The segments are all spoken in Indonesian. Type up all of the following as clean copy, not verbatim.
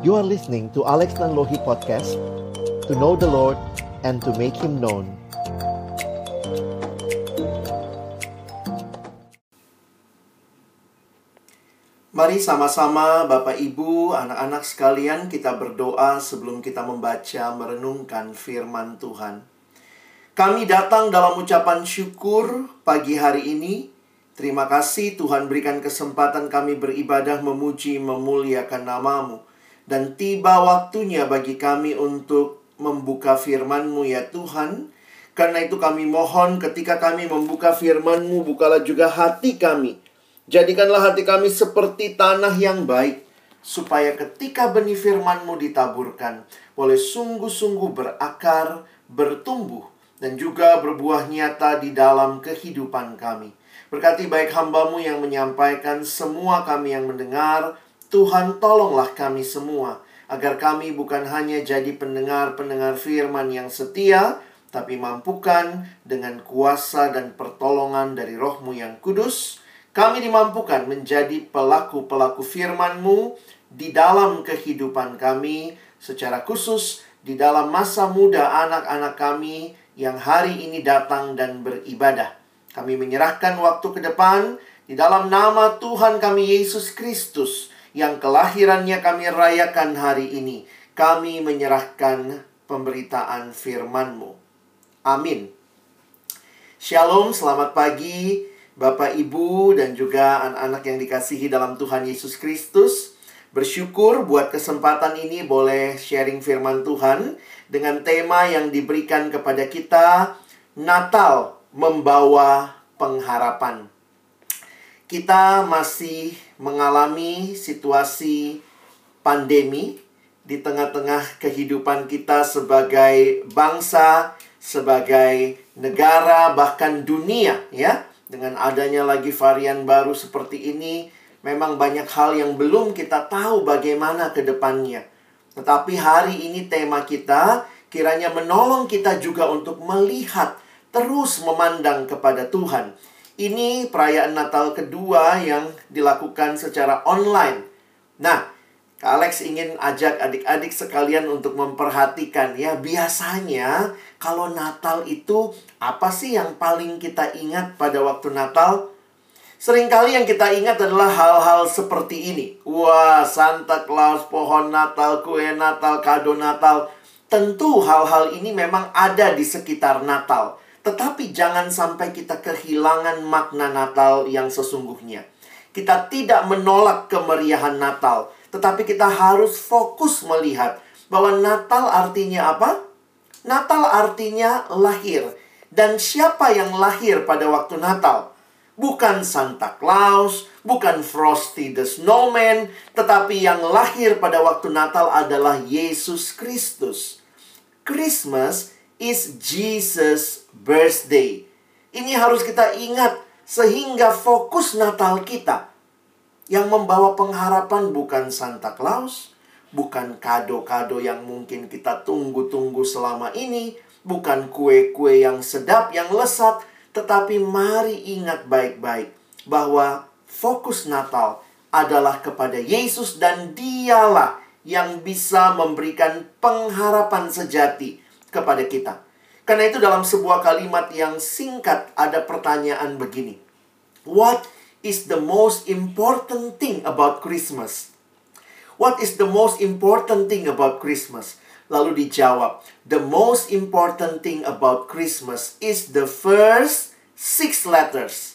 You are listening to Alex Nanlohi Podcast, to know the Lord and to make Him known. Mari sama-sama Bapak Ibu, anak-anak sekalian, kita berdoa sebelum kita membaca merenungkan firman Tuhan. Kami datang dalam ucapan syukur pagi hari ini. Terima kasih Tuhan berikan kesempatan kami beribadah, memuji, memuliakan nama-Mu. Dan tiba waktunya bagi kami untuk membuka firman-Mu ya Tuhan. Karena itu kami mohon ketika kami membuka firman-Mu, bukalah juga hati kami. Jadikanlah hati kami seperti tanah yang baik, supaya ketika benih firman-Mu ditaburkan, boleh sungguh-sungguh berakar, bertumbuh, dan juga berbuah nyata di dalam kehidupan kami. Berkati baik hamba-Mu yang menyampaikan, semua kami yang mendengar. Tuhan tolonglah kami semua, agar kami bukan hanya jadi pendengar-pendengar firman yang setia, tapi mampukan dengan kuasa dan pertolongan dari Roh-Mu yang kudus, kami dimampukan menjadi pelaku-pelaku firman-Mu di dalam kehidupan kami, secara khusus di dalam masa muda anak-anak kami yang hari ini datang dan beribadah. Kami menyerahkan waktu ke depan di dalam nama Tuhan kami Yesus Kristus, yang kelahirannya kami rayakan hari ini. Kami menyerahkan pemberitaan firman-Mu. Amin. Shalom, selamat pagi Bapak, Ibu, dan juga anak-anak yang dikasihi dalam Tuhan Yesus Kristus. Bersyukur buat kesempatan ini boleh sharing firman Tuhan dengan tema yang diberikan kepada kita, Natal membawa pengharapan. Kita masih mengalami situasi pandemi di tengah-tengah kehidupan kita sebagai bangsa, sebagai negara, bahkan dunia, ya. Dengan adanya lagi varian baru seperti ini, memang banyak hal yang belum kita tahu bagaimana ke depannya. Tetapi hari ini tema kita kiranya menolong kita juga untuk melihat, terus memandang kepada Tuhan. Ini perayaan Natal kedua yang dilakukan secara online. Nah, Kak Alex ingin ajak adik-adik sekalian untuk memperhatikan ya. Biasanya kalau Natal itu apa sih yang paling kita ingat pada waktu Natal? Seringkali yang kita ingat adalah hal-hal seperti ini. Wah, Santa Claus, pohon Natal, kue Natal, kado Natal. Tentu hal-hal ini memang ada di sekitar Natal. Tetapi jangan sampai kita kehilangan makna Natal yang sesungguhnya. Kita tidak menolak kemeriahan Natal, tetapi kita harus fokus melihat bahwa Natal artinya apa? Natal artinya lahir. Dan siapa yang lahir pada waktu Natal? Bukan Santa Claus, bukan Frosty the Snowman, tetapi yang lahir pada waktu Natal adalah Yesus Kristus. Christmas is Jesus' birthday. Ini harus kita ingat sehingga fokus Natal kita. Yang membawa pengharapan bukan Santa Claus, bukan kado-kado yang mungkin kita tunggu-tunggu selama ini, bukan kue-kue yang sedap, yang lesat, tetapi mari ingat baik-baik bahwa fokus Natal adalah kepada Yesus dan Dialah yang bisa memberikan pengharapan sejati kepada kita. Karena itu dalam sebuah kalimat yang singkat ada pertanyaan begini. What is the most important thing about Christmas? What is the most important thing about Christmas? Lalu dijawab, the most important thing about Christmas is the first 6 letters.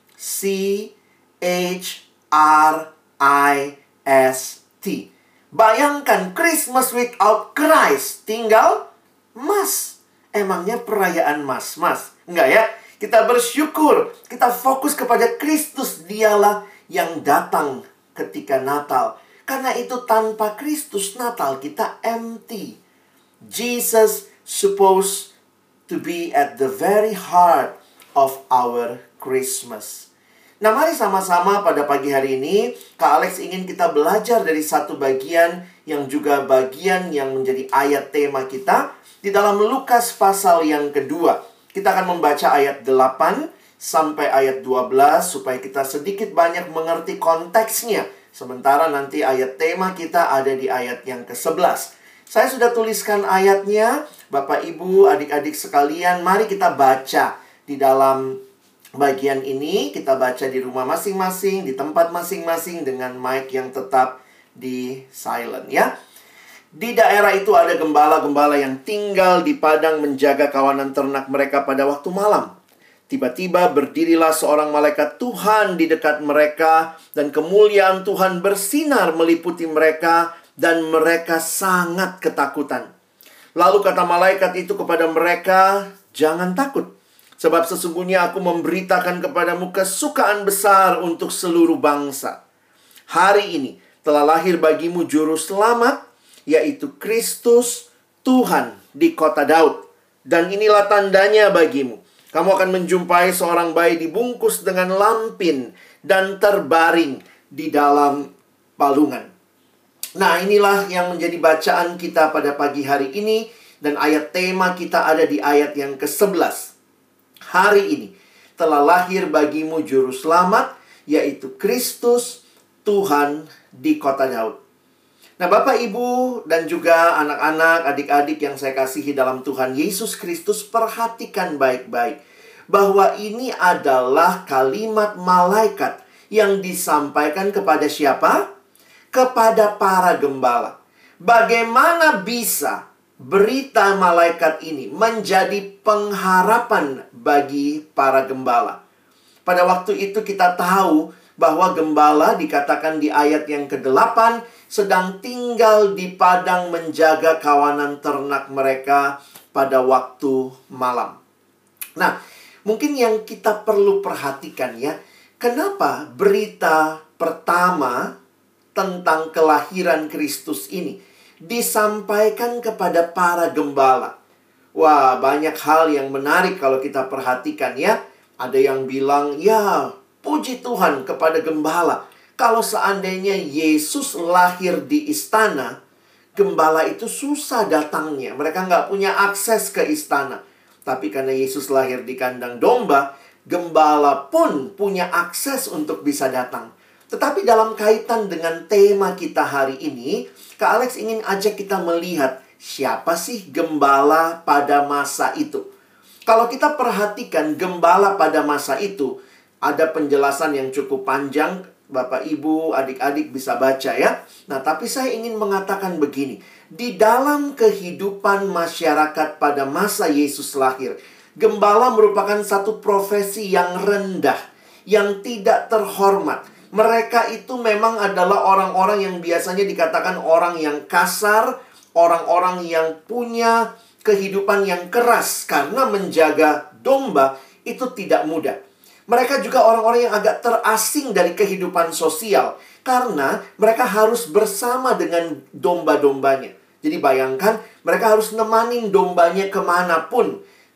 C-H-R-I-S-T. Bayangkan Christmas without Christ. Tinggal Mas. Emangnya perayaan Mas? Enggak ya? Kita bersyukur. Kita fokus kepada Kristus. Dialah yang datang ketika Natal. Karena itu tanpa Kristus Natal kita empty. Jesus supposed to be at the very heart of our Christmas. Nah, mari sama-sama pada pagi hari ini Kak Alex ingin kita belajar dari satu bagian yang juga bagian yang menjadi ayat tema kita di dalam Lukas pasal yang kedua. Kita akan membaca ayat 8 sampai ayat 12 supaya kita sedikit banyak mengerti konteksnya Sementara nanti ayat tema kita ada di ayat yang ke-11. Saya sudah tuliskan ayatnya. Bapak, Ibu, adik-adik sekalian, mari kita baca di dalam bagian ini. Kita baca di rumah masing-masing, di tempat masing-masing dengan mic yang tetap di silent ya. Di daerah itu ada gembala-gembala yang tinggal di padang menjaga kawanan ternak mereka pada waktu malam. Tiba-tiba berdirilah seorang malaikat Tuhan di dekat mereka, dan kemuliaan Tuhan bersinar meliputi mereka, dan mereka sangat ketakutan. Lalu kata malaikat itu kepada mereka, "Jangan takut, sebab sesungguhnya aku memberitakan kepadamu kesukaan besar untuk seluruh bangsa. Hari ini telah lahir bagimu juru selamat, yaitu Kristus Tuhan di kota Daud. Dan inilah tandanya bagimu. Kamu akan menjumpai seorang bayi dibungkus dengan lampin dan terbaring di dalam palungan." Nah, inilah yang menjadi bacaan kita pada pagi hari ini. Dan ayat tema kita ada di ayat yang ke-11. Hari ini telah lahir bagimu juru selamat, yaitu Kristus Tuhan di kota Daud. Nah, Bapak, Ibu, dan juga anak-anak, adik-adik yang saya kasihi dalam Tuhan Yesus Kristus, perhatikan baik-baik bahwa ini adalah kalimat malaikat yang disampaikan kepada siapa? Kepada para gembala. Bagaimana bisa berita malaikat ini menjadi pengharapan bagi para gembala? Pada waktu itu kita tahu bahwa gembala dikatakan di ayat yang ke-8 sedang tinggal di padang menjaga kawanan ternak mereka pada waktu malam. Nah, mungkin yang kita perlu perhatikan ya, kenapa berita pertama tentang kelahiran Kristus ini disampaikan kepada para gembala? Wah, banyak hal yang menarik kalau kita perhatikan ya. Ada yang bilang, ya, puji Tuhan kepada gembala. Kalau seandainya Yesus lahir di istana, gembala itu susah datangnya. Mereka nggak punya akses ke istana. Tapi karena Yesus lahir di kandang domba, gembala pun punya akses untuk bisa datang. Tetapi dalam kaitan dengan tema kita hari ini, Kak Alex ingin ajak kita melihat siapa sih gembala pada masa itu. Kalau kita perhatikan gembala pada masa itu, ada penjelasan yang cukup panjang. Bapak, Ibu, adik-adik bisa baca ya. Nah, tapi saya ingin mengatakan begini. Di dalam kehidupan masyarakat pada masa Yesus lahir, gembala merupakan satu profesi yang rendah, yang tidak terhormat. Mereka itu memang adalah orang-orang yang biasanya dikatakan orang yang kasar, orang-orang yang punya kehidupan yang keras, karena menjaga domba itu tidak mudah. Mereka juga orang-orang yang agak terasing dari kehidupan sosial, karena mereka harus bersama dengan domba-dombanya. Jadi bayangkan, mereka harus nemanin dombanya kemanapun,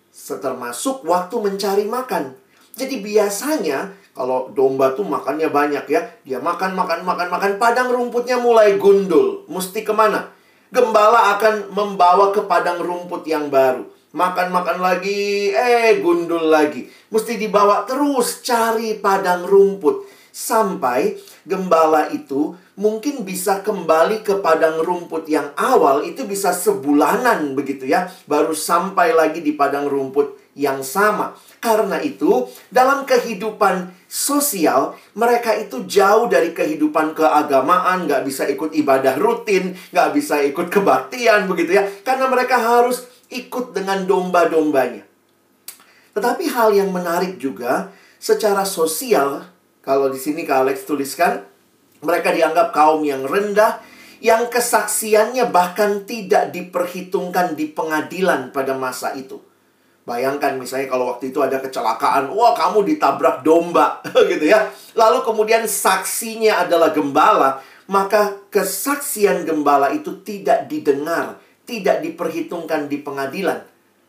termasuk waktu mencari makan. Jadi biasanya kalau domba tuh makannya banyak ya, dia makan, padang rumputnya mulai gundul. Mesti kemana? Gembala akan membawa ke padang rumput yang baru. Makan lagi, gundul lagi. Mesti dibawa terus cari padang rumput. Sampai gembala itu mungkin bisa kembali ke padang rumput yang awal, itu bisa sebulanan begitu ya. Baru sampai lagi di padang rumput yang sama. Karena itu, dalam kehidupan sosial, mereka itu jauh dari kehidupan keagamaan, nggak bisa ikut ibadah rutin, nggak bisa ikut kebaktian, begitu ya. Karena mereka harus ikut dengan domba-dombanya. Tetapi hal yang menarik juga, secara sosial, kalau di sini Kak Alex tuliskan, mereka dianggap kaum yang rendah, yang kesaksiannya bahkan tidak diperhitungkan di pengadilan pada masa itu. Bayangkan misalnya kalau waktu itu ada kecelakaan, wah kamu ditabrak domba, gitu ya. Lalu kemudian saksinya adalah gembala, maka kesaksian gembala itu tidak didengar, tidak diperhitungkan di pengadilan.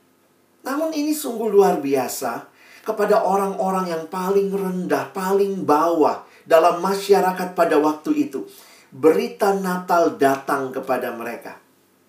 Namun ini sungguh luar biasa kepada orang-orang yang paling rendah, paling bawah dalam masyarakat pada waktu itu. Berita Natal datang kepada mereka.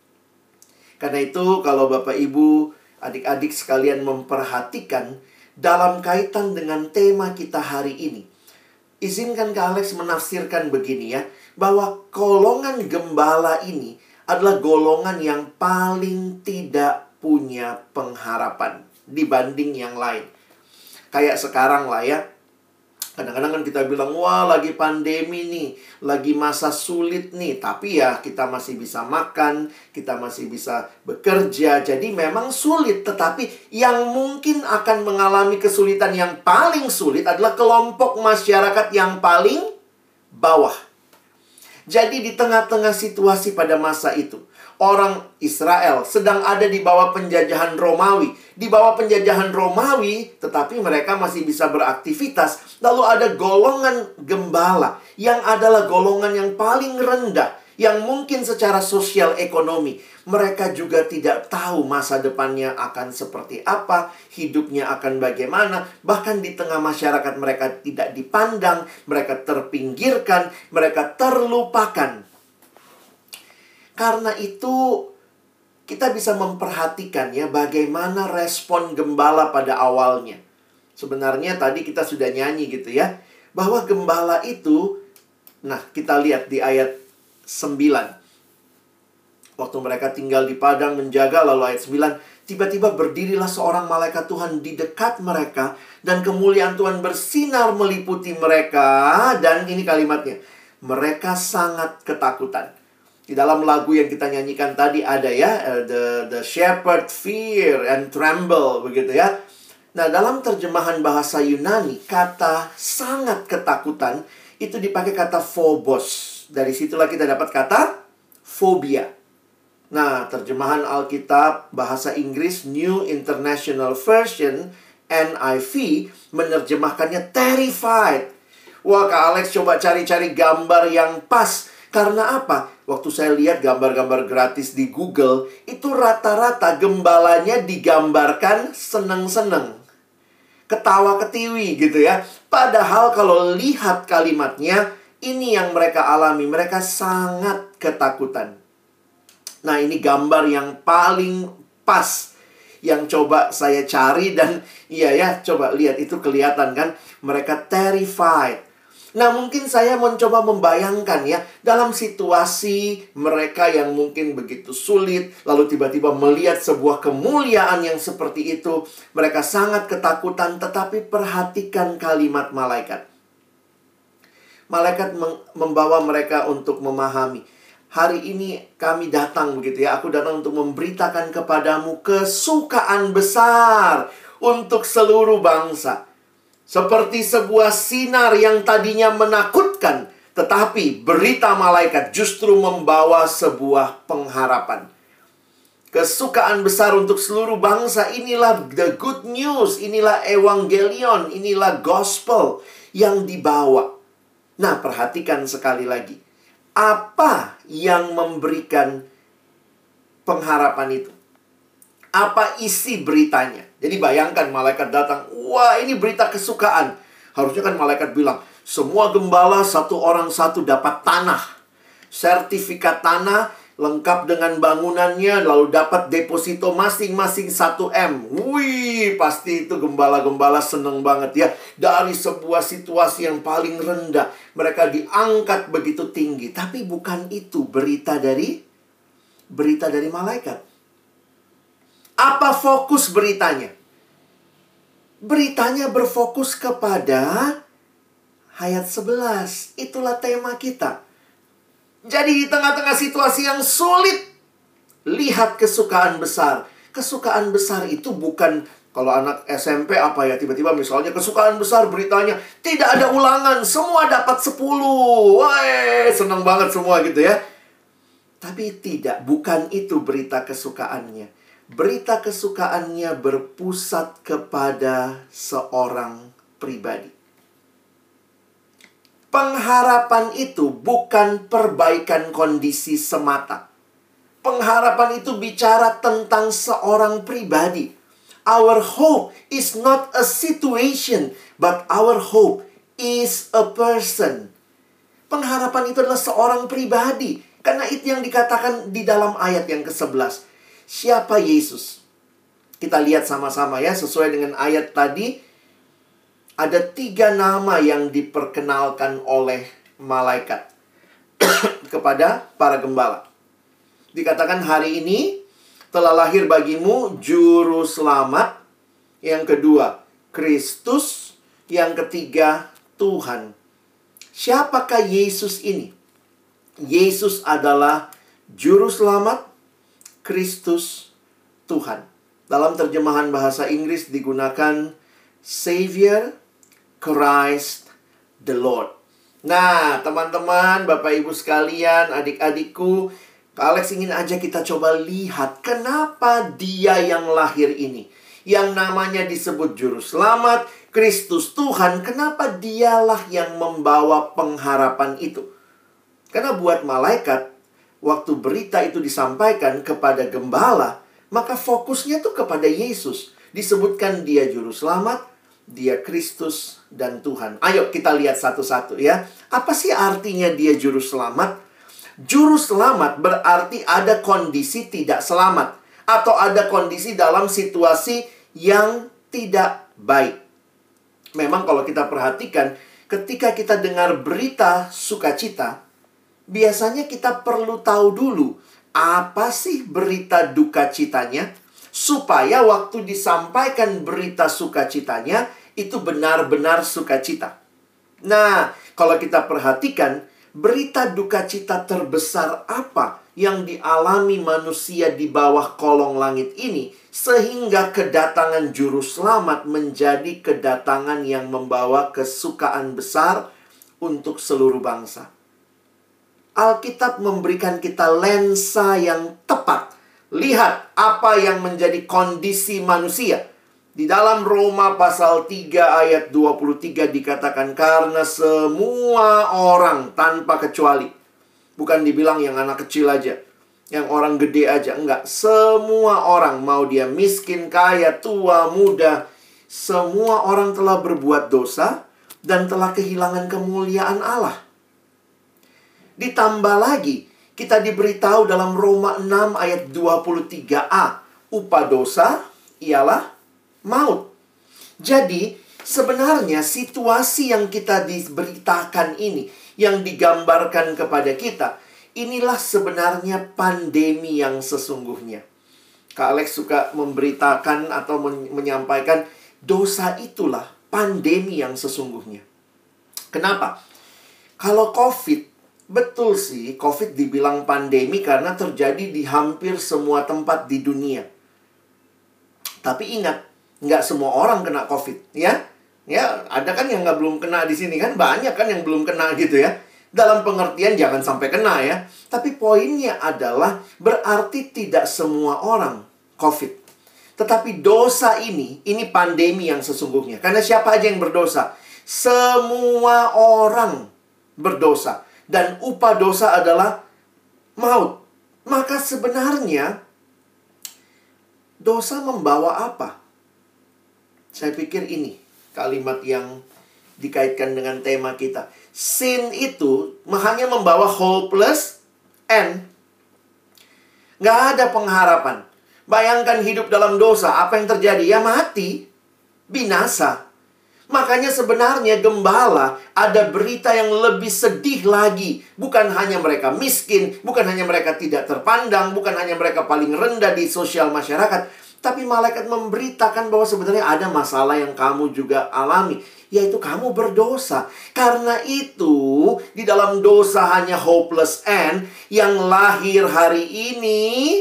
Karena itu kalau Bapak Ibu, adik-adik sekalian memperhatikan dalam kaitan dengan tema kita hari ini, Izinkan Kak Alex menafsirkan begini ya, bahwa golongan gembala ini adalah golongan yang paling tidak punya pengharapan dibanding yang lain. Kayak sekarang lah ya, kadang-kadang kan kita bilang, wah lagi pandemi nih, lagi masa sulit nih. Tapi ya kita masih bisa makan, kita masih bisa bekerja. Jadi memang sulit, tetapi yang mungkin akan mengalami kesulitan yang paling sulit adalah kelompok masyarakat yang paling bawah. Jadi di tengah-tengah situasi pada masa itu, orang Israel sedang ada di bawah penjajahan Romawi. Di bawah penjajahan Romawi, tetapi mereka masih bisa beraktivitas. Lalu ada golongan gembala, yang adalah golongan yang paling rendah, yang mungkin secara sosial ekonomi, mereka juga tidak tahu masa depannya akan seperti apa, hidupnya akan bagaimana. Bahkan di tengah masyarakat mereka tidak dipandang, mereka terpinggirkan, mereka terlupakan. Karena itu kita bisa memperhatikan ya bagaimana respon gembala pada awalnya. Sebenarnya tadi kita sudah nyanyi gitu ya, bahwa gembala itu, nah kita lihat di ayat 9. Waktu mereka tinggal di padang menjaga, lalu ayat 9, tiba-tiba berdirilah seorang malaikat Tuhan di dekat mereka, dan kemuliaan Tuhan bersinar meliputi mereka. Dan ini kalimatnya, mereka sangat ketakutan. Di dalam lagu yang kita nyanyikan tadi ada ya, the shepherd fear and tremble, begitu ya. Nah, dalam terjemahan bahasa Yunani, kata sangat ketakutan itu dipakai kata phobos. Dari situlah kita dapat kata fobia. Nah, terjemahan Alkitab bahasa Inggris New International Version NIV menerjemahkannya terrified. Wah, Kak Alex coba cari-cari gambar yang pas. Karena apa? Waktu saya lihat gambar-gambar gratis di Google, itu rata-rata gembalanya digambarkan seneng-seneng, ketawa-ketiwi gitu ya. Padahal kalau lihat kalimatnya, ini yang mereka alami. Mereka sangat ketakutan. Nah, ini gambar yang paling pas yang coba saya cari. Dan iya ya, coba lihat, itu kelihatan kan, mereka terrified. Nah, mungkin saya mencoba membayangkan ya, dalam situasi mereka yang mungkin begitu sulit, lalu tiba-tiba melihat sebuah kemuliaan yang seperti itu, mereka sangat ketakutan. Tetapi perhatikan kalimat malaikat. Malaikat membawa mereka untuk memahami. Hari ini kami datang begitu ya. Aku datang untuk memberitakan kepadamu kesukaan besar untuk seluruh bangsa. Seperti sebuah sinar yang tadinya menakutkan, tetapi berita malaikat justru membawa sebuah pengharapan. Kesukaan besar untuk seluruh bangsa, inilah the good news, inilah evangelion, inilah gospel yang dibawa. Nah, perhatikan sekali lagi. Apa yang memberikan pengharapan itu? Apa isi beritanya? Jadi bayangkan malaikat datang. Wah, ini berita kesukaan. Harusnya kan malaikat bilang, semua gembala satu orang satu dapat tanah. Sertifikat tanah lengkap dengan bangunannya, lalu dapat deposito masing-masing 1M. Wih, pasti itu gembala-gembala seneng banget ya. Dari sebuah situasi yang paling rendah, mereka diangkat begitu tinggi. Tapi bukan itu berita dari malaikat. Apa fokus beritanya? Beritanya berfokus kepada ayat 11. Itulah tema kita. Jadi di tengah-tengah situasi yang sulit, lihat kesukaan besar. Kesukaan besar itu bukan, kalau anak SMP apa ya, tiba-tiba misalnya kesukaan besar beritanya, tidak ada ulangan, semua dapat 10. Wah, senang banget semua gitu ya. Tapi tidak, bukan itu berita kesukaannya. Berita kesukaannya berpusat kepada seorang pribadi. Pengharapan itu bukan perbaikan kondisi semata. Pengharapan itu bicara tentang seorang pribadi. Our hope is not a situation, but our hope is a person. Pengharapan itu adalah seorang pribadi. Karena itu yang dikatakan di dalam ayat yang ke-11. Siapa Yesus? Kita lihat sama-sama ya, sesuai dengan ayat tadi. ada 3 nama yang diperkenalkan oleh malaikat kepada para gembala. Dikatakan hari ini telah lahir bagimu juru selamat. Yang kedua, Kristus. Yang ketiga, Tuhan. Siapakah Yesus ini? Yesus adalah juru selamat, Kristus, Tuhan. Dalam terjemahan bahasa Inggris digunakan Savior, Christ, the Lord. Nah, teman-teman, Bapak Ibu sekalian, adik-adikku, Kak Alex ingin aja kita coba lihat kenapa dia yang lahir ini, yang namanya disebut juru selamat, Kristus Tuhan, kenapa dialah yang membawa pengharapan itu? Karena buat malaikat, waktu berita itu disampaikan kepada gembala, maka fokusnya tuh kepada Yesus. Disebutkan dia juru selamat, dia Kristus dan Tuhan. Ayo kita lihat satu-satu ya. Apa sih artinya dia juru selamat? Juru selamat berarti ada kondisi tidak selamat, atau ada kondisi dalam situasi yang tidak baik. Memang kalau kita perhatikan, ketika kita dengar berita sukacita, biasanya kita perlu tahu dulu apa sih berita duka citanya, supaya waktu disampaikan berita sukacitanya itu benar-benar sukacita. Nah, kalau kita perhatikan, berita duka cita terbesar apa yang dialami manusia di bawah kolong langit ini, sehingga kedatangan juru selamat menjadi kedatangan yang membawa kesukaan besar untuk seluruh bangsa. Alkitab memberikan kita lensa yang tepat. Lihat apa yang menjadi kondisi manusia. Di dalam Roma pasal 3 ayat 23 dikatakan, karena semua orang tanpa kecuali. Bukan dibilang yang anak kecil aja, yang orang gede aja. Enggak, semua orang, mau dia miskin, kaya, tua, muda, semua orang telah berbuat dosa dan telah kehilangan kemuliaan Allah. Ditambah lagi, kita diberitahu dalam Roma 6 ayat 23a, upah dosa ialah maut. Jadi, sebenarnya situasi yang kita diberitakan ini, yang digambarkan kepada kita, inilah sebenarnya pandemi yang sesungguhnya. Kak Alex suka memberitakan atau menyampaikan, dosa itulah pandemi yang sesungguhnya. Kenapa? Kalau COVID, betul sih, COVID dibilang pandemi karena terjadi di hampir semua tempat di dunia. Tapi ingat, nggak semua orang kena COVID, ya. Ya, ada kan yang belum kena di sini kan, banyak kan yang belum kena gitu ya. Dalam pengertian jangan sampai kena ya. Tapi poinnya adalah berarti tidak semua orang COVID. Tetapi dosa ini pandemi yang sesungguhnya. Karena siapa aja yang berdosa? Semua orang berdosa. Dan upah dosa adalah maut. Maka sebenarnya dosa membawa apa? Saya pikir ini kalimat yang dikaitkan dengan tema kita. Sin itu hanya membawa hopeless end. Nggak ada pengharapan. Bayangkan hidup dalam dosa, apa yang terjadi? Ya mati, binasa. Makanya sebenarnya gembala ada berita yang lebih sedih lagi. Bukan hanya mereka miskin, bukan hanya mereka tidak terpandang, bukan hanya mereka paling rendah di sosial masyarakat. Tapi malaikat memberitakan bahwa sebenarnya ada masalah yang kamu juga alami, yaitu kamu berdosa. Karena itu, di dalam dosa hanya hopeless end, yang lahir hari ini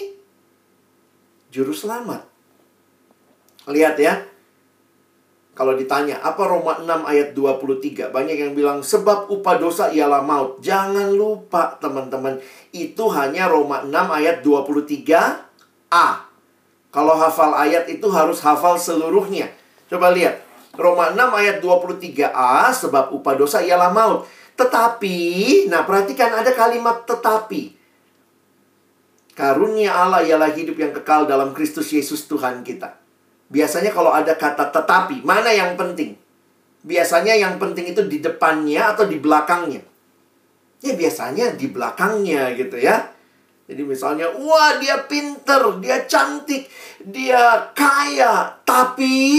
juru selamat. Lihat ya. Kalau ditanya, apa Roma 6 ayat 23? Banyak yang bilang, sebab upah dosa ialah maut. Jangan lupa teman-teman, itu hanya Roma 6 ayat 23a. Kalau hafal ayat itu harus hafal seluruhnya. Coba lihat. Roma 6 ayat 23a, sebab upah dosa ialah maut. Tetapi, nah perhatikan ada kalimat tetapi. Karunia Allah ialah hidup yang kekal dalam Kristus Yesus Tuhan kita. Biasanya kalau ada kata tetapi, mana yang penting? Biasanya yang penting itu di depannya atau di belakangnya? Ya biasanya di belakangnya gitu ya. Jadi misalnya, wah dia pinter, dia cantik, dia kaya. Tapi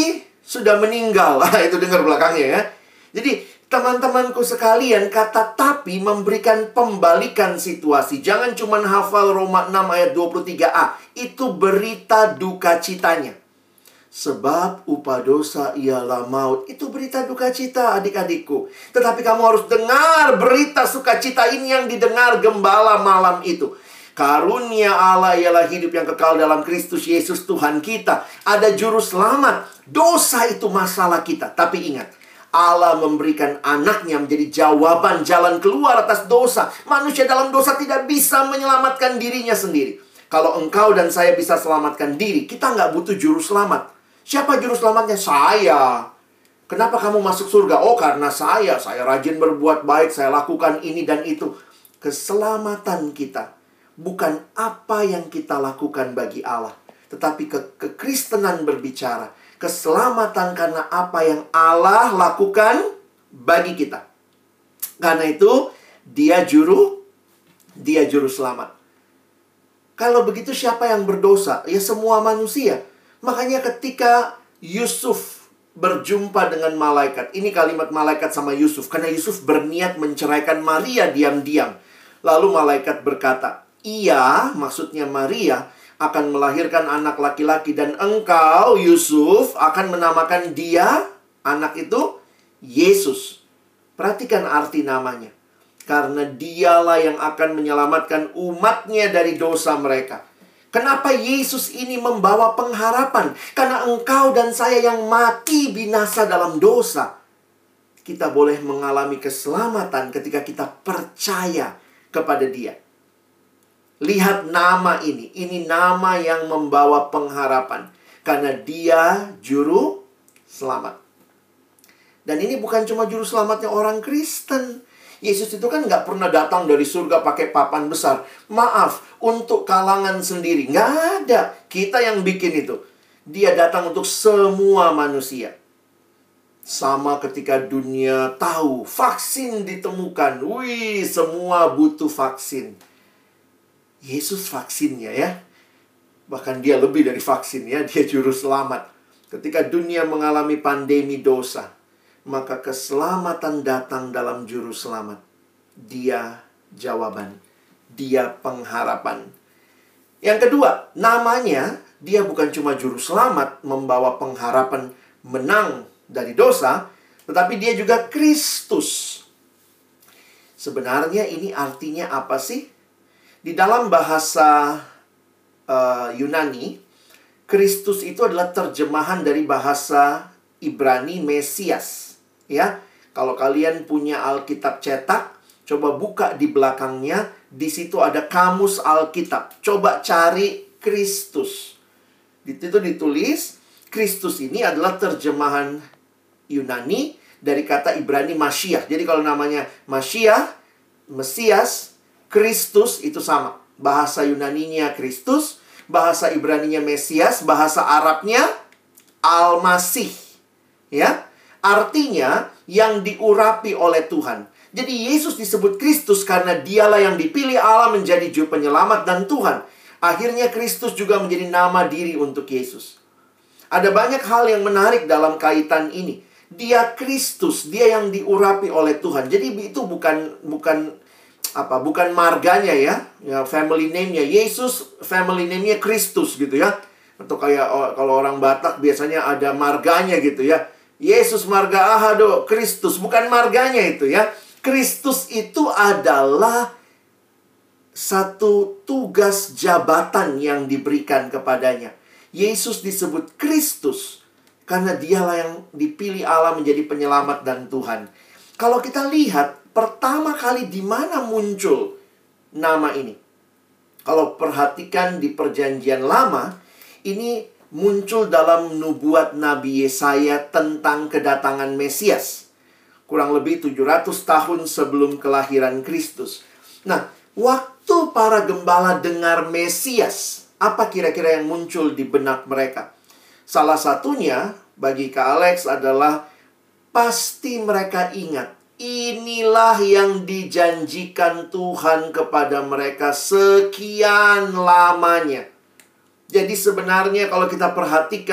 sudah meninggal. Itu dengar belakangnya ya. Jadi teman-temanku sekalian, kata tapi memberikan pembalikan situasi. Jangan cuma hafal Roma 6 ayat 23a. Itu berita duka citanya. Sebab upah dosa ialah maut. Itu berita duka cita, adik-adikku. Tetapi kamu harus dengar berita sukacita ini yang didengar gembala malam itu. Karunia Allah ialah hidup yang kekal dalam Kristus Yesus Tuhan kita. Ada juru selamat. Dosa itu masalah kita. Tapi ingat, Allah memberikan anaknya menjadi jawaban jalan keluar atas dosa. Manusia dalam dosa tidak bisa menyelamatkan dirinya sendiri. Kalau engkau dan saya bisa selamatkan diri, kita nggak butuh juru selamat. Siapa juru selamatnya? Saya. Kenapa kamu masuk surga? Oh, karena saya rajin berbuat baik, saya lakukan ini dan itu. Keselamatan kita bukan apa yang kita lakukan bagi Allah, tetapi kekristenan berbicara keselamatan karena apa yang Allah lakukan bagi kita. Karena itu dia juru selamat. Kalau begitu siapa yang berdosa? Ya semua manusia. Makanya ketika Yusuf berjumpa dengan malaikat, ini kalimat malaikat sama Yusuf, karena Yusuf berniat menceraikan Maria diam-diam. Lalu malaikat berkata, ia, maksudnya Maria, akan melahirkan anak laki-laki dan engkau, Yusuf, akan menamakan dia, anak itu, Yesus. Perhatikan arti namanya. Karena dialah yang akan menyelamatkan umatnya dari dosa mereka. Kenapa Yesus ini membawa pengharapan? Karena engkau dan saya yang mati binasa dalam dosa, kita boleh mengalami keselamatan ketika kita percaya kepada dia. Lihat nama ini. Ini nama yang membawa pengharapan. Karena dia juru selamat. Dan ini bukan cuma juru selamatnya orang Kristen. Yesus itu kan nggak pernah datang dari surga pakai papan besar. Maaf, untuk kalangan sendiri. Nggak ada. Kita yang bikin itu. Dia datang untuk semua manusia. Sama ketika dunia tahu vaksin ditemukan. Wih, semua butuh vaksin. Yesus vaksinnya ya. Bahkan dia lebih dari vaksin ya. Dia juru selamat. Ketika dunia mengalami pandemi dosa, maka keselamatan datang dalam juru selamat. Dia jawaban. Dia pengharapan. Yang kedua, namanya dia bukan cuma juru selamat, membawa pengharapan menang dari dosa, tetapi dia juga Kristus. Sebenarnya ini artinya apa sih? Di dalam bahasa Yunani, Kristus itu adalah terjemahan dari bahasa Ibrani Mesias. Ya, kalau kalian punya Alkitab cetak, coba buka di belakangnya. Di situ ada kamus Alkitab. Coba cari Kristus. Di situ ditulis, Kristus ini adalah terjemahan Yunani dari kata Ibrani Mashiach. Jadi kalau namanya Mashiach, Mesias, Kristus itu sama. Bahasa Yunaninya Kristus, bahasa Ibraninya Mesias, bahasa Arabnya Al-Masih. Ya, artinya yang diurapi oleh Tuhan. Jadi Yesus disebut Kristus karena dialah yang dipilih Allah menjadi juru penyelamat dan Tuhan. Akhirnya Kristus juga menjadi nama diri untuk Yesus. Ada banyak hal yang menarik dalam kaitan ini. Dia Kristus, dia yang diurapi oleh Tuhan. Jadi itu bukan marganya ya, family name-nya Yesus, family name-nya Kristus gitu ya. Atau kayak kalau orang Batak biasanya ada marganya gitu ya. Yesus marga ahado, Kristus, bukan marganya itu ya. Kristus itu adalah satu tugas jabatan yang diberikan kepadanya. Yesus disebut Kristus karena dialah yang dipilih Allah menjadi penyelamat dan Tuhan. Kalau kita lihat pertama kali di mana muncul nama ini? Kalau perhatikan di Perjanjian Lama, ini muncul dalam nubuat Nabi Yesaya tentang kedatangan Mesias. Kurang lebih 700 tahun sebelum kelahiran Kristus. Nah, waktu para gembala dengar Mesias, apa kira-kira yang muncul di benak mereka? Salah satunya bagi Kak Alex adalah pasti mereka ingat. Inilah yang dijanjikan Tuhan kepada mereka sekian lamanya. Jadi sebenarnya kalau kita perhatikan,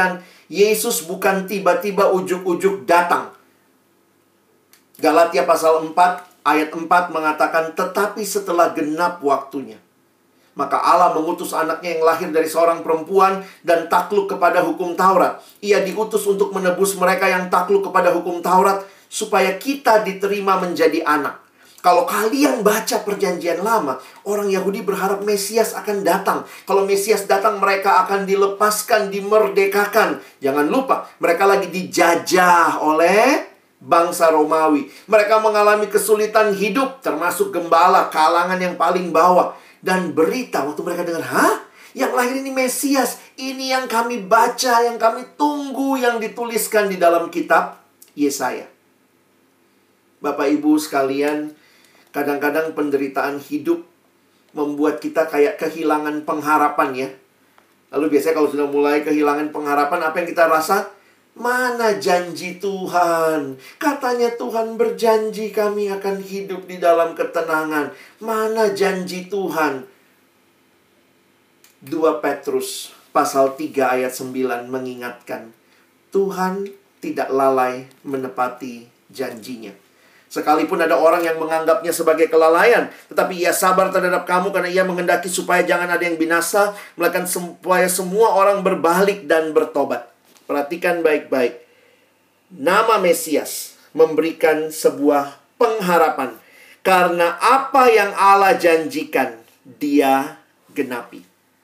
Yesus bukan tiba-tiba ujuk-ujuk datang. Galatia pasal 4 ayat 4 mengatakan, tetapi setelah genap waktunya, maka Allah mengutus anaknya yang lahir dari seorang perempuan dan takluk kepada hukum Taurat. Ia diutus untuk menebus mereka yang takluk kepada hukum Taurat, supaya kita diterima menjadi anak. Kalau kalian baca perjanjian lama, orang Yahudi berharap Mesias akan datang. Kalau Mesias datang, mereka akan dilepaskan, dimerdekakan. Jangan lupa, mereka lagi dijajah oleh bangsa Romawi. Mereka mengalami kesulitan hidup, termasuk gembala, kalangan yang paling bawah. Dan berita, waktu mereka dengar, hah? Yang lahir ini Mesias. Ini yang kami baca, yang kami tunggu, yang dituliskan di dalam kitab Yesaya. Bapak Ibu sekalian, kadang-kadang penderitaan hidup membuat kita kayak kehilangan pengharapan ya. Lalu biasanya kalau sudah mulai kehilangan pengharapan, apa yang kita rasa? Mana janji Tuhan? Katanya Tuhan berjanji kami akan hidup di dalam ketenangan. Mana janji Tuhan? 2 Petrus pasal 3 ayat 9 mengingatkan, Tuhan tidak lalai menepati janjinya. Sekalipun ada orang yang menganggapnya sebagai kelalaian, tetapi ia sabar terhadap kamu karena ia menghendaki supaya jangan ada yang binasa, melainkan supaya semua orang berbalik dan bertobat. Perhatikan baik-baik. Nama Mesias memberikan sebuah pengharapan. Karena apa yang Allah janjikan, Dia genapi.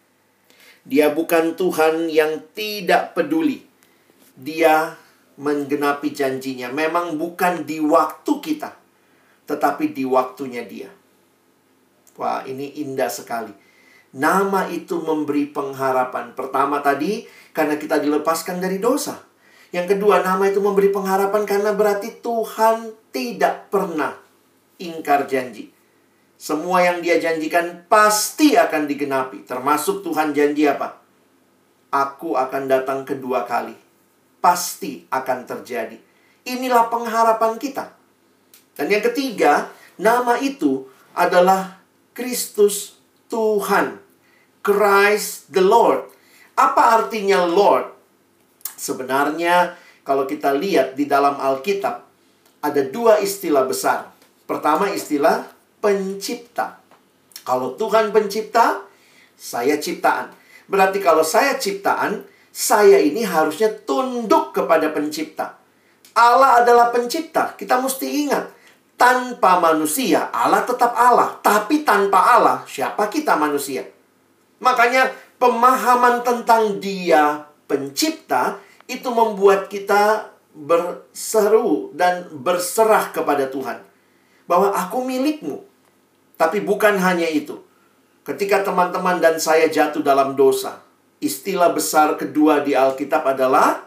Dia bukan Tuhan yang tidak peduli. Dia menggenapi janjinya. Memang bukan di waktu kita, tetapi di waktunya Dia. Wah, ini indah sekali. Nama itu memberi pengharapan. Pertama tadi, karena kita dilepaskan dari dosa. Yang kedua, nama itu memberi pengharapan karena berarti Tuhan tidak pernah ingkar janji. Semua yang Dia janjikan pasti akan digenapi. Termasuk Tuhan janji apa? Aku akan datang kedua kali. Pasti akan terjadi. Inilah pengharapan kita. Dan yang ketiga, nama itu adalah Kristus Tuhan. Christ the Lord. Apa artinya Lord? Sebenarnya kalau kita lihat di dalam Alkitab, ada 2 istilah besar. Pertama istilah pencipta. Kalau Tuhan pencipta, saya ciptaan. Berarti kalau saya ciptaan, saya ini harusnya tunduk kepada pencipta. Allah adalah pencipta. Kita mesti ingat, tanpa manusia, Allah tetap Allah. Tapi tanpa Allah, siapa kita manusia? Makanya pemahaman tentang Dia pencipta itu membuat kita berseru dan berserah kepada Tuhan. Bahwa aku milikmu. Tapi bukan hanya itu. Ketika teman-teman dan saya jatuh dalam dosa, istilah besar kedua di Alkitab adalah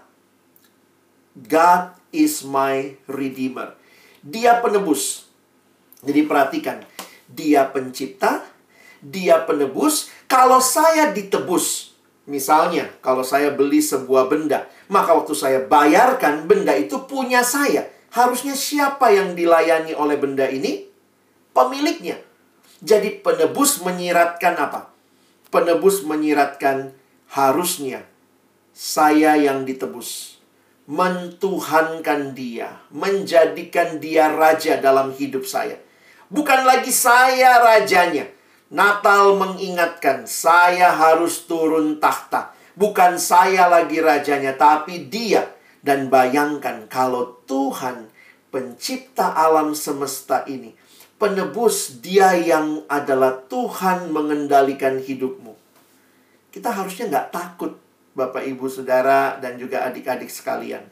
God is my redeemer. Dia penebus. Jadi perhatikan, Dia pencipta, Dia penebus. Kalau saya ditebus, misalnya kalau saya beli sebuah benda, maka waktu saya bayarkan, benda itu punya saya. Harusnya siapa yang dilayani oleh benda ini? Pemiliknya. Jadi penebus menyiratkan apa? Penebus menyiratkan harusnya saya yang ditebus, mentuhankan Dia, menjadikan Dia raja dalam hidup saya. Bukan lagi saya rajanya. Natal mengingatkan saya harus turun tahta. Bukan saya lagi rajanya, tapi Dia. Dan bayangkan kalau Tuhan pencipta alam semesta ini, penebus, Dia yang adalah Tuhan mengendalikan hidupmu. Kita harusnya nggak takut, Bapak, Ibu, Saudara, dan juga adik-adik sekalian.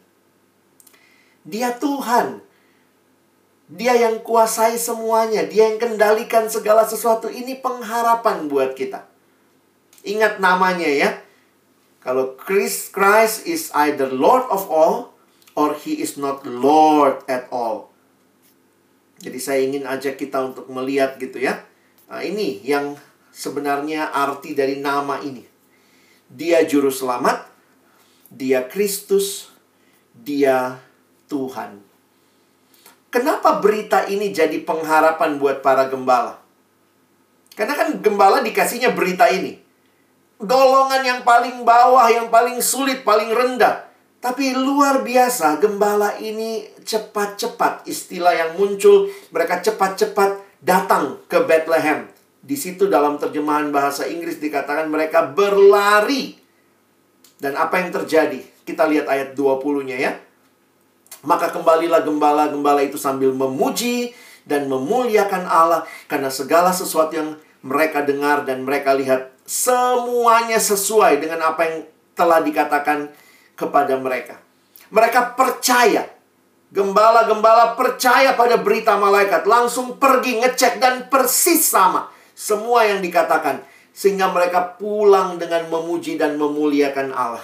Dia Tuhan. Dia yang kuasai semuanya. Dia yang kendalikan segala sesuatu. Ini pengharapan buat kita. Ingat namanya ya. Kalau Christ is either Lord of all, or He is not Lord at all. Jadi saya ingin ajak kita untuk melihat gitu ya. Nah, ini yang sebenarnya arti dari nama ini. Dia Juru Selamat, Dia Kristus, Dia Tuhan. Kenapa berita ini jadi pengharapan buat para gembala? Karena kan gembala dikasihnya berita ini. Golongan yang paling bawah, yang paling sulit, paling rendah. Tapi luar biasa, gembala ini cepat-cepat. Istilah yang muncul, mereka cepat-cepat datang ke Bethlehem. Di situ dalam terjemahan bahasa Inggris dikatakan mereka berlari. Dan apa yang terjadi? Kita lihat ayat 20-nya ya. Maka kembalilah gembala-gembala itu sambil memuji dan memuliakan Allah. Karena segala sesuatu yang mereka dengar dan mereka lihat, semuanya sesuai dengan apa yang telah dikatakan kepada mereka. Mereka percaya. Gembala-gembala percaya pada berita malaikat. Langsung pergi ngecek dan persis sama semua yang dikatakan. Sehingga mereka pulang dengan memuji dan memuliakan Allah.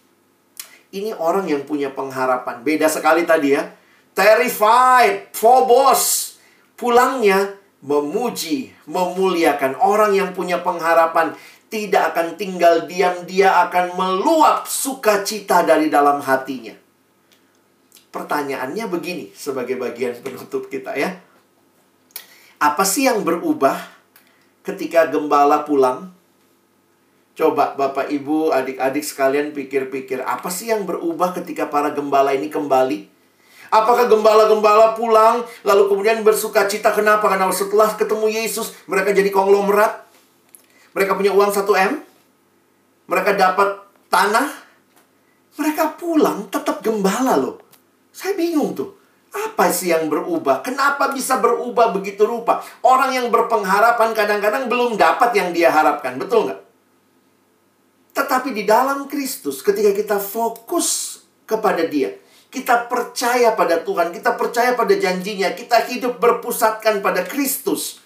Ini orang yang punya pengharapan. Beda sekali tadi ya. Terrified, phobos. Pulangnya memuji, memuliakan. Orang yang punya pengharapan tidak akan tinggal diam. Dia akan meluap sukacita dari dalam hatinya. Pertanyaannya begini sebagai bagian penutup kita ya. Apa sih yang berubah ketika gembala pulang? Coba Bapak, Ibu, adik-adik sekalian pikir-pikir. Apa sih yang berubah ketika para gembala ini kembali? Apakah gembala-gembala pulang lalu kemudian bersuka cita? Kenapa? Karena setelah ketemu Yesus mereka jadi konglomerat. Mereka punya uang 1M. Mereka dapat tanah. Mereka pulang tetap gembala loh. Saya bingung tuh. Apa sih yang berubah? Kenapa bisa berubah begitu rupa? Orang yang berpengharapan kadang-kadang belum dapat yang dia harapkan. Betul nggak? Tetapi di dalam Kristus, ketika kita fokus kepada Dia, kita percaya pada Tuhan, kita percaya pada janjinya, kita hidup berpusatkan pada Kristus.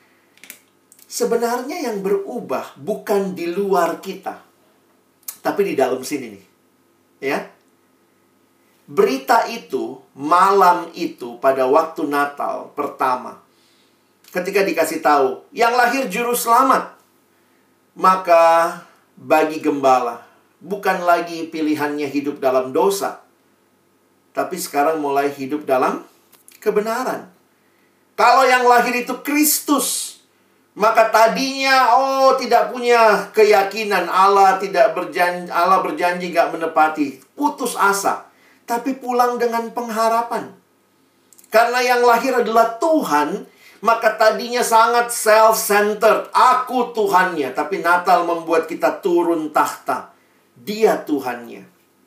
Sebenarnya yang berubah bukan di luar kita, tapi di dalam sini nih. Ya. Berita itu, malam itu, pada waktu Natal pertama, ketika dikasih tahu, yang lahir juru selamat, maka bagi gembala, bukan lagi pilihannya hidup dalam dosa, tapi sekarang mulai hidup dalam kebenaran. Kalau yang lahir itu Kristus, maka tadinya tidak punya keyakinan, Allah berjanji gak menepati, putus asa. Tapi pulang dengan pengharapan. Karena yang lahir adalah Tuhan, maka tadinya sangat self-centered. Aku Tuhannya. Tapi Natal membuat kita turun takhta. Dia Tuhannya.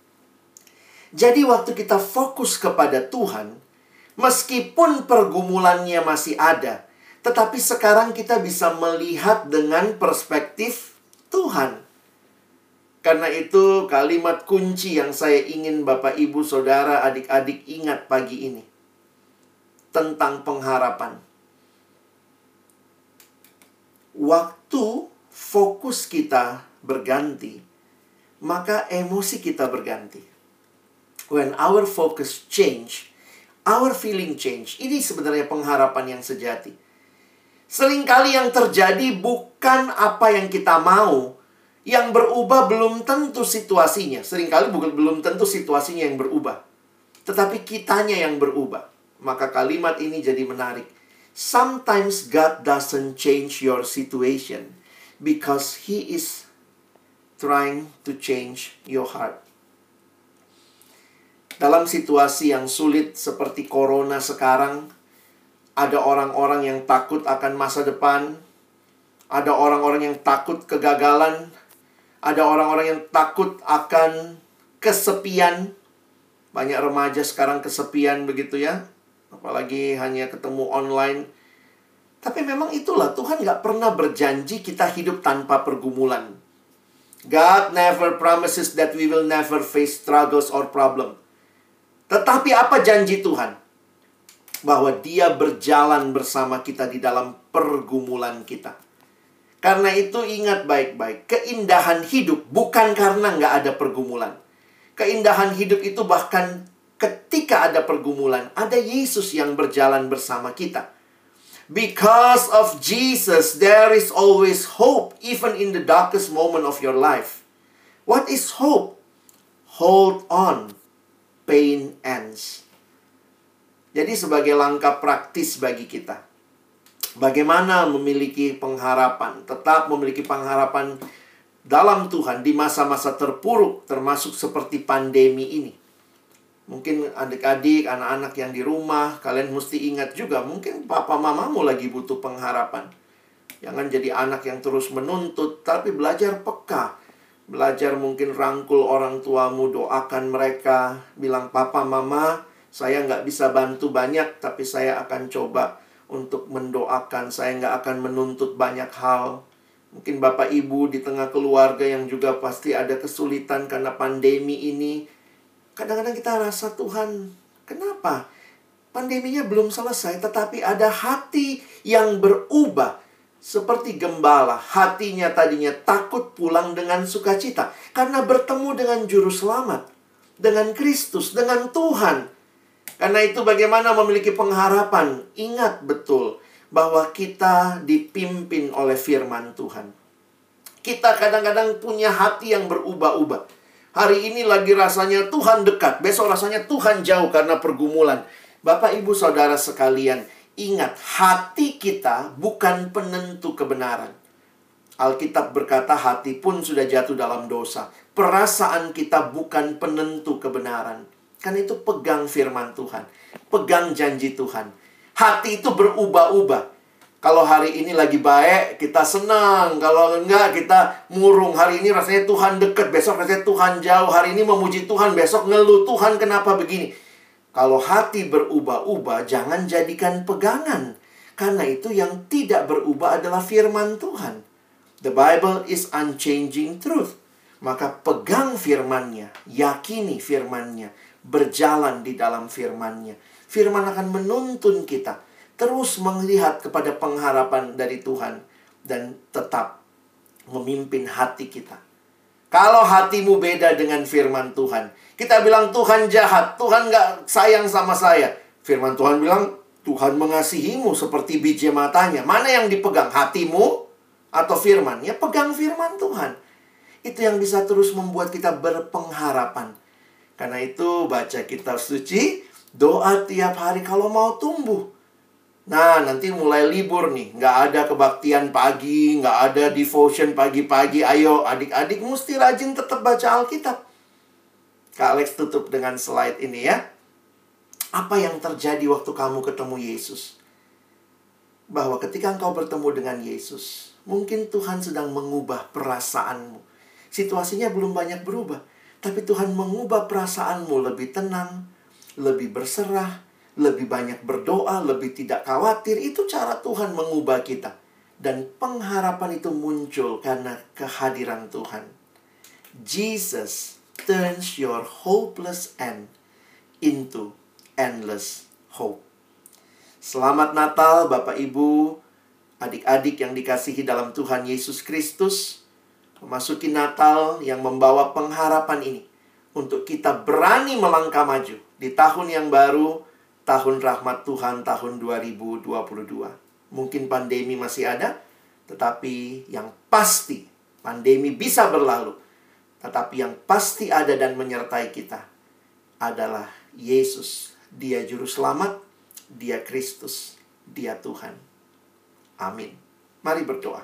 Jadi waktu kita fokus kepada Tuhan, meskipun pergumulannya masih ada, tetapi sekarang kita bisa melihat dengan perspektif Tuhan. Karena itu kalimat kunci yang saya ingin Bapak, Ibu, Saudara, adik-adik ingat pagi ini. Tentang pengharapan. Waktu fokus kita berganti, maka emosi kita berganti. When our focus change, our feeling change. Ini sebenarnya pengharapan yang sejati. Seringkali yang terjadi bukan apa yang kita mau. Yang berubah belum tentu situasinya. Seringkali belum tentu situasinya yang berubah. Tetapi kitanya yang berubah. Maka kalimat ini jadi menarik. Sometimes God doesn't change your situation because He is trying to change your heart. Dalam situasi yang sulit seperti corona sekarang, ada orang-orang yang takut akan masa depan. Ada orang-orang yang takut kegagalan. Ada orang-orang yang takut akan kesepian. Banyak remaja sekarang kesepian begitu ya. Apalagi hanya ketemu online. Tapi memang itulah, Tuhan gak pernah berjanji kita hidup tanpa pergumulan. God never promises that we will never face struggles or problem. Tetapi apa janji Tuhan? Bahwa Dia berjalan bersama kita di dalam pergumulan kita. Karena itu ingat baik-baik, keindahan hidup bukan karena nggak ada pergumulan. Keindahan hidup itu bahkan ketika ada pergumulan, ada Yesus yang berjalan bersama kita. Because of Jesus, there is always hope, even in the darkest moment of your life. What is hope? Hold on, pain ends. Jadi sebagai langkah praktis bagi kita, bagaimana memiliki pengharapan, tetap memiliki pengharapan dalam Tuhan di masa-masa terpuruk, termasuk seperti pandemi ini. Mungkin adik-adik, anak-anak yang di rumah, kalian mesti ingat juga, mungkin papa mamamu lagi butuh pengharapan. Jangan jadi anak yang terus menuntut, tapi belajar peka. Belajar mungkin rangkul orang tuamu, doakan mereka, bilang, papa mama, saya nggak bisa bantu banyak, tapi saya akan coba untuk mendoakan. Saya nggak akan menuntut banyak hal. Mungkin bapak ibu di tengah keluarga yang juga pasti ada kesulitan karena pandemi ini. Kadang-kadang kita rasa, Tuhan, kenapa? Pandeminya belum selesai, tetapi ada hati yang berubah. Seperti gembala, hatinya tadinya takut pulang dengan sukacita. Karena bertemu dengan Juru Selamat, dengan Kristus, dengan Tuhan. Karena itu bagaimana memiliki pengharapan? Ingat betul bahwa kita dipimpin oleh firman Tuhan. Kita kadang-kadang punya hati yang berubah-ubah. Hari ini lagi rasanya Tuhan dekat, besok rasanya Tuhan jauh karena pergumulan. Bapak, Ibu, Saudara sekalian, ingat, hati kita bukan penentu kebenaran. Alkitab berkata hati pun sudah jatuh dalam dosa. Perasaan kita bukan penentu kebenaran. Kan itu pegang firman Tuhan. Pegang janji Tuhan. Hati itu berubah-ubah. Kalau hari ini lagi baik, kita senang. Kalau enggak, kita murung. Hari ini rasanya Tuhan dekat, besok rasanya Tuhan jauh. Hari ini memuji Tuhan, besok ngeluh, Tuhan kenapa begini? Kalau hati berubah-ubah, jangan jadikan pegangan. Karena itu yang tidak berubah adalah firman Tuhan. The Bible is unchanging truth. Maka pegang firman-Nya, yakini firman-Nya, berjalan di dalam firman-Nya. Firman akan menuntun kita terus melihat kepada pengharapan dari Tuhan dan tetap memimpin hati kita. Kalau hatimu beda dengan firman Tuhan, kita bilang Tuhan jahat, Tuhan gak sayang sama saya. Firman Tuhan bilang, Tuhan mengasihimu seperti biji matanya. Mana yang dipegang, hatimu atau firman? Ya, pegang firman Tuhan. Itu yang bisa terus membuat kita berpengharapan. Karena itu baca kitab suci, doa tiap hari kalau mau tumbuh. Nah, nanti mulai libur nih. Nggak ada kebaktian pagi, nggak ada devotion pagi-pagi. Ayo, adik-adik mesti rajin tetap baca Alkitab. Kak Alex tutup dengan slide ini ya. Apa yang terjadi waktu kamu ketemu Yesus? Bahwa ketika engkau bertemu dengan Yesus, mungkin Tuhan sedang mengubah perasaanmu. Situasinya belum banyak berubah, tapi Tuhan mengubah perasaanmu lebih tenang, lebih berserah, lebih banyak berdoa, lebih tidak khawatir. Itu cara Tuhan mengubah kita. Dan pengharapan itu muncul karena kehadiran Tuhan. Jesus turns your hopeless end into endless hope. Selamat Natal Bapak Ibu, adik-adik yang dikasihi dalam Tuhan Yesus Kristus. Memasuki Natal yang membawa pengharapan ini untuk kita berani melangkah maju di tahun yang baru, tahun rahmat Tuhan, tahun 2022. Mungkin pandemi masih ada, tetapi yang pasti pandemi bisa berlalu. Tetapi yang pasti ada dan menyertai kita adalah Yesus. Dia Juru Selamat, Dia Kristus, Dia Tuhan. Amin. Mari berdoa.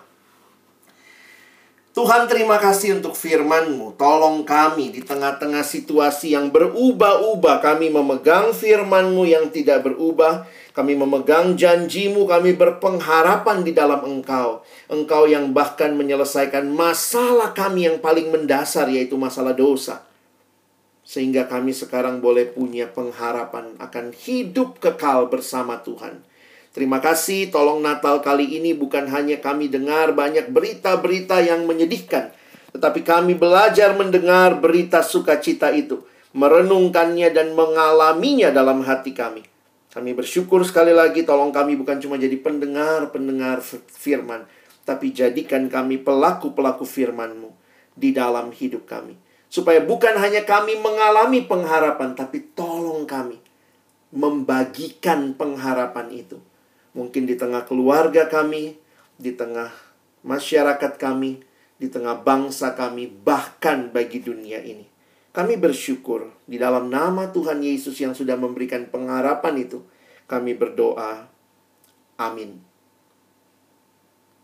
Tuhan, terima kasih untuk firman-Mu. Tolong kami di tengah-tengah situasi yang berubah-ubah. Kami memegang firman-Mu yang tidak berubah. Kami memegang janji-Mu. Kami berpengharapan di dalam Engkau. Engkau yang bahkan menyelesaikan masalah kami yang paling mendasar, yaitu masalah dosa. Sehingga kami sekarang boleh punya pengharapan akan hidup kekal bersama Tuhan. Terima kasih, tolong Natal kali ini bukan hanya kami dengar banyak berita-berita yang menyedihkan, tetapi kami belajar mendengar berita sukacita itu, merenungkannya dan mengalaminya dalam hati kami. Kami bersyukur sekali lagi, tolong kami bukan cuma jadi pendengar-pendengar firman, tapi jadikan kami pelaku-pelaku firman-Mu di dalam hidup kami. Supaya bukan hanya kami mengalami pengharapan, tapi tolong kami membagikan pengharapan itu. Mungkin di tengah keluarga kami, di tengah masyarakat kami, di tengah bangsa kami, bahkan bagi dunia ini. Kami bersyukur di dalam nama Tuhan Yesus yang sudah memberikan pengharapan itu. Kami berdoa. Amin.